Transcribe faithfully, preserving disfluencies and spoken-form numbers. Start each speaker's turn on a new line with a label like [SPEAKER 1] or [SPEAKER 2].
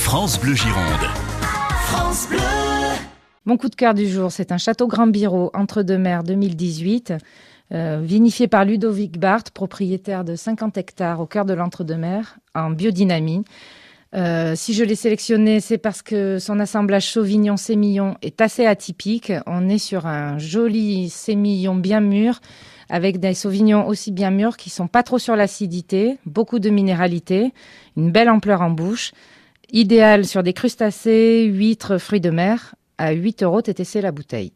[SPEAKER 1] France Bleu Gironde. France Bleu.
[SPEAKER 2] Mon coup de cœur du jour, c'est un château Grand Biro, Entre-deux-Mers deux mille dix-huit, euh, vinifié par Ludovic Barthes, propriétaire de cinquante hectares au cœur de l'Entre-deux-Mers, en biodynamie. Euh, si je l'ai sélectionné, c'est parce que son assemblage Sauvignon-Sémillon est assez atypique. On est sur un joli sémillon bien mûr, avec des sauvignons aussi bien mûrs qui sont pas trop sur l'acidité, beaucoup de minéralité, une belle ampleur en bouche, idéal sur des crustacés, huîtres, fruits de mer. À huit euros T T C la bouteille.